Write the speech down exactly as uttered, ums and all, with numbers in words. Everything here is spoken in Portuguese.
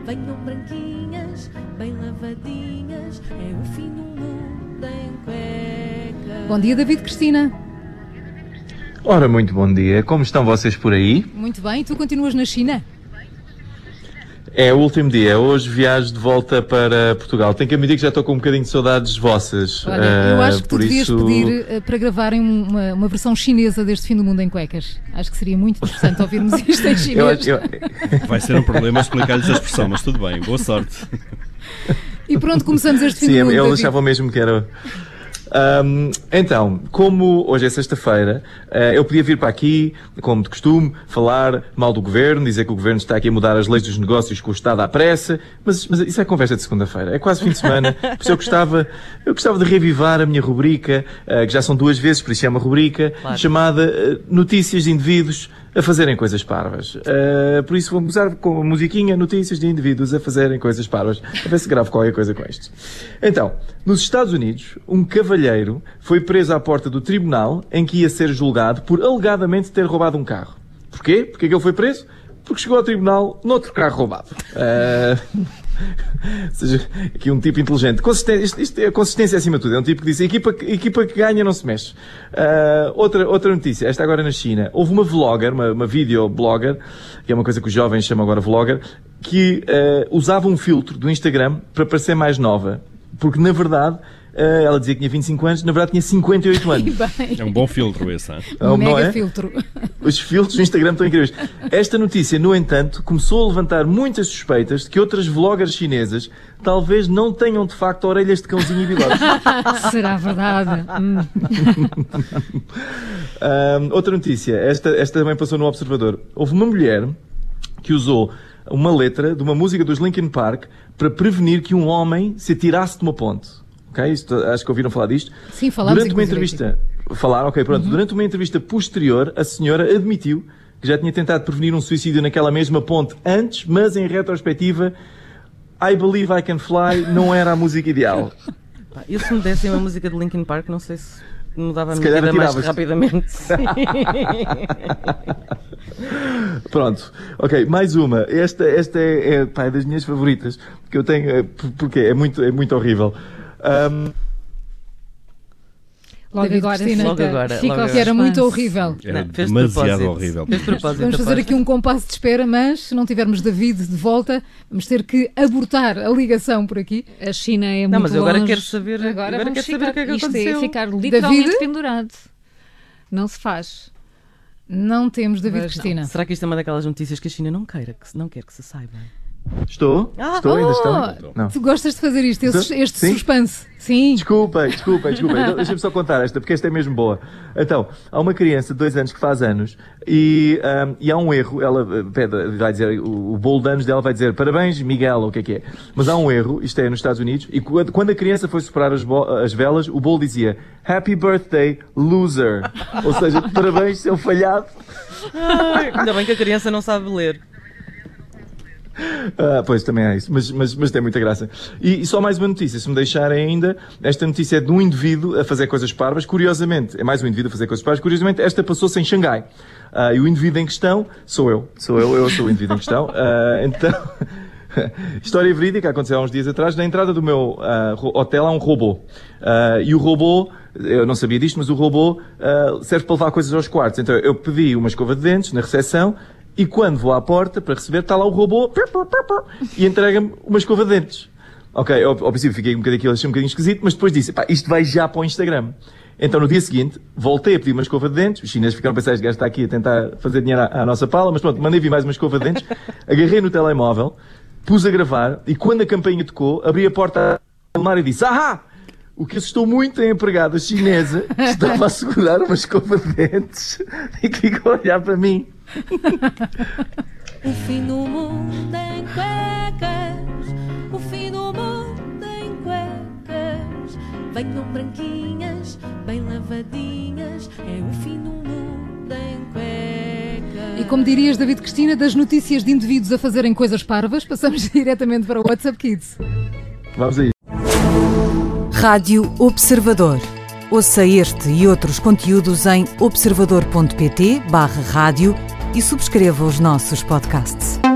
venham branquinhas, bem lavadinhas, é o fim do mundo em cuecas. Bom dia, David Cristina. Ora, muito bom dia. Como estão vocês por aí? Muito bem. E tu continuas na China? É o último dia. Hoje viajo de volta para Portugal. Tenho que admitir que já estou com um bocadinho de saudades vossas. Olha, eu acho que tu por devias isso... pedir uh, para gravarem uma, uma versão chinesa deste Fim do Mundo em Cuecas. Acho que seria muito interessante ouvirmos isto em chinês. Eu, eu... Vai ser um problema explicar-lhes a expressão, mas tudo bem. Boa sorte. E pronto, começamos este Fim Sim, do Mundo. Sim, eles David. achavam mesmo que era... Um, então, como hoje é sexta-feira, uh, eu podia vir para aqui, como de costume, falar mal do governo, dizer que o governo está aqui a mudar as leis dos negócios com o Estado à pressa, mas, mas isso é conversa de segunda-feira, é quase fim de semana, por isso eu gostava, eu gostava de reavivar a minha rubrica, uh, que já são duas vezes, por isso é uma rubrica, claro, chamada uh, Notícias de Indivíduos a fazerem coisas parvas. Uh, por isso vou usar com a musiquinha Notícias de Indivíduos a fazerem coisas parvas, a ver se gravo qualquer coisa com isto. Então, nos Estados Unidos, um cavalheiro foi preso à porta do tribunal em que ia ser julgado por alegadamente ter roubado um carro. Porquê? Porquê que ele foi preso? Porque chegou ao tribunal noutro carro roubado. Uh... Ou seja, aqui um tipo inteligente. Consistência, isto, isto é a consistência acima de tudo. É um tipo que diz, a equipa, a equipa que ganha não se mexe. Uh, outra, outra notícia, esta agora na China. Houve uma vlogger, uma, uma videoblogger, que é uma coisa que os jovens chamam agora vlogger, que uh, usava um filtro do Instagram para parecer mais nova. Porque, na verdade, uh, ela dizia que tinha vinte e cinco anos, na verdade tinha cinquenta e oito anos. É um bom filtro esse, hein? Um mega é? filtro. Os filtros do Instagram estão incríveis. Esta notícia, no entanto, começou a levantar muitas suspeitas de que outras vloggers chinesas talvez não tenham, de facto, orelhas de cãozinho e bigodes. Será verdade? Hum. um, outra notícia. Esta, esta também passou no Observador. Houve uma mulher que usou uma letra de uma música dos Linkin Park para prevenir que um homem se atirasse de uma ponte. Ok? Isto, acho que ouviram falar disto. Sim, falámos. Durante uma entrevista... Falaram, ok, pronto. Uhum. Durante uma entrevista posterior, a senhora admitiu que já tinha tentado prevenir um suicídio naquela mesma ponte antes, mas em retrospectiva, I Believe I Can Fly não era a música ideal. Eu, se me dessem uma música de Linkin Park, não sei se mudava a se minha vida mais atiravas. rapidamente. Pronto. Ok, mais uma. Esta, esta é, é, pá, é das minhas favoritas, porque eu tenho, é, porque é muito, é muito horrível. Um, Logo agora, Cristina, logo agora, fica logo que era agora. muito horrível. Era Não, fez de demasiado propósito. horrível. Fez de propósito, Vamos fazer aposto. aqui um compasso de espera, mas se não tivermos David de volta, vamos ter que abortar a ligação por aqui. A China é Não, muito mas eu agora longe. quero saber, agora Agora quero vamos saber ficar, o que é que isto aconteceu. é ficar literalmente David? pendurado. Não se faz. Não temos David Mas Cristina. Será que isto é uma daquelas notícias que a China não queira, que se- não quer que se saiba? estou? Ah, estou? Ainda Oh, estou? Não. tu gostas de fazer isto, este, este Sim? suspense. Sim. Desculpem, desculpem, desculpem. Então, deixa-me só contar esta, porque esta é mesmo boa. Então, há uma criança de dois anos que faz anos e, um, e há um erro. Ela uh, pede, vai dizer, o, o bolo de anos dela vai dizer parabéns, Miguel, ou o que é que é. Mas há um erro, isto é nos Estados Unidos, e quando, quando a criança foi soprar as, bo- as velas, o bolo dizia Happy Birthday, loser. Ou seja, parabéns, seu falhado. Ai, ainda bem que a criança não sabe ler. Ah, pois, também é isso, mas, mas, mas tem muita graça. E, e só mais uma notícia, se me deixarem ainda, esta notícia é de um indivíduo a fazer coisas parvas, curiosamente, é mais um indivíduo a fazer coisas parvas, curiosamente esta passou-se em Xangai. Ah, e o indivíduo em questão sou eu, sou eu, eu sou o indivíduo em questão. Ah, então, história verídica, aconteceu há uns dias atrás, na entrada do meu ah, hotel há um robô. Ah, e o robô, eu não sabia disto, mas o robô ah, serve para levar coisas aos quartos. Então eu pedi uma escova de dentes na recepção, e quando vou à porta para receber, está lá o robô e entrega-me uma escova de dentes. Ok, ao, ao princípio fiquei um bocadinho aquilo, achei um bocadinho esquisito, mas depois disse, pá, isto vai já para o Instagram. Então no dia seguinte, voltei a pedir uma escova de dentes, os chineses ficaram a pensar, este gajo está aqui a tentar fazer dinheiro à, à nossa pala, mas pronto, mandei vir mais uma escova de dentes, agarrei no telemóvel, pus a gravar, e quando a campainha tocou, abri a porta a filmar e disse, ahá! O que assustou muito a empregada chinesa, que estava a segurar uma escova de dentes e que ficou a olhar para mim. O fim do mundo em cuecas, o fim do mundo em cuecas. Venham branquinhas, bem lavadinhas, é o fim do mundo em cuecas. E como dirias, David Cristina, das notícias de indivíduos a fazerem coisas parvas, passamos diretamente para o WhatsApp Kids. Vamos aí. Rádio Observador. Ouça este e outros conteúdos em observador ponto pt barra rádio e subscreva os nossos podcasts.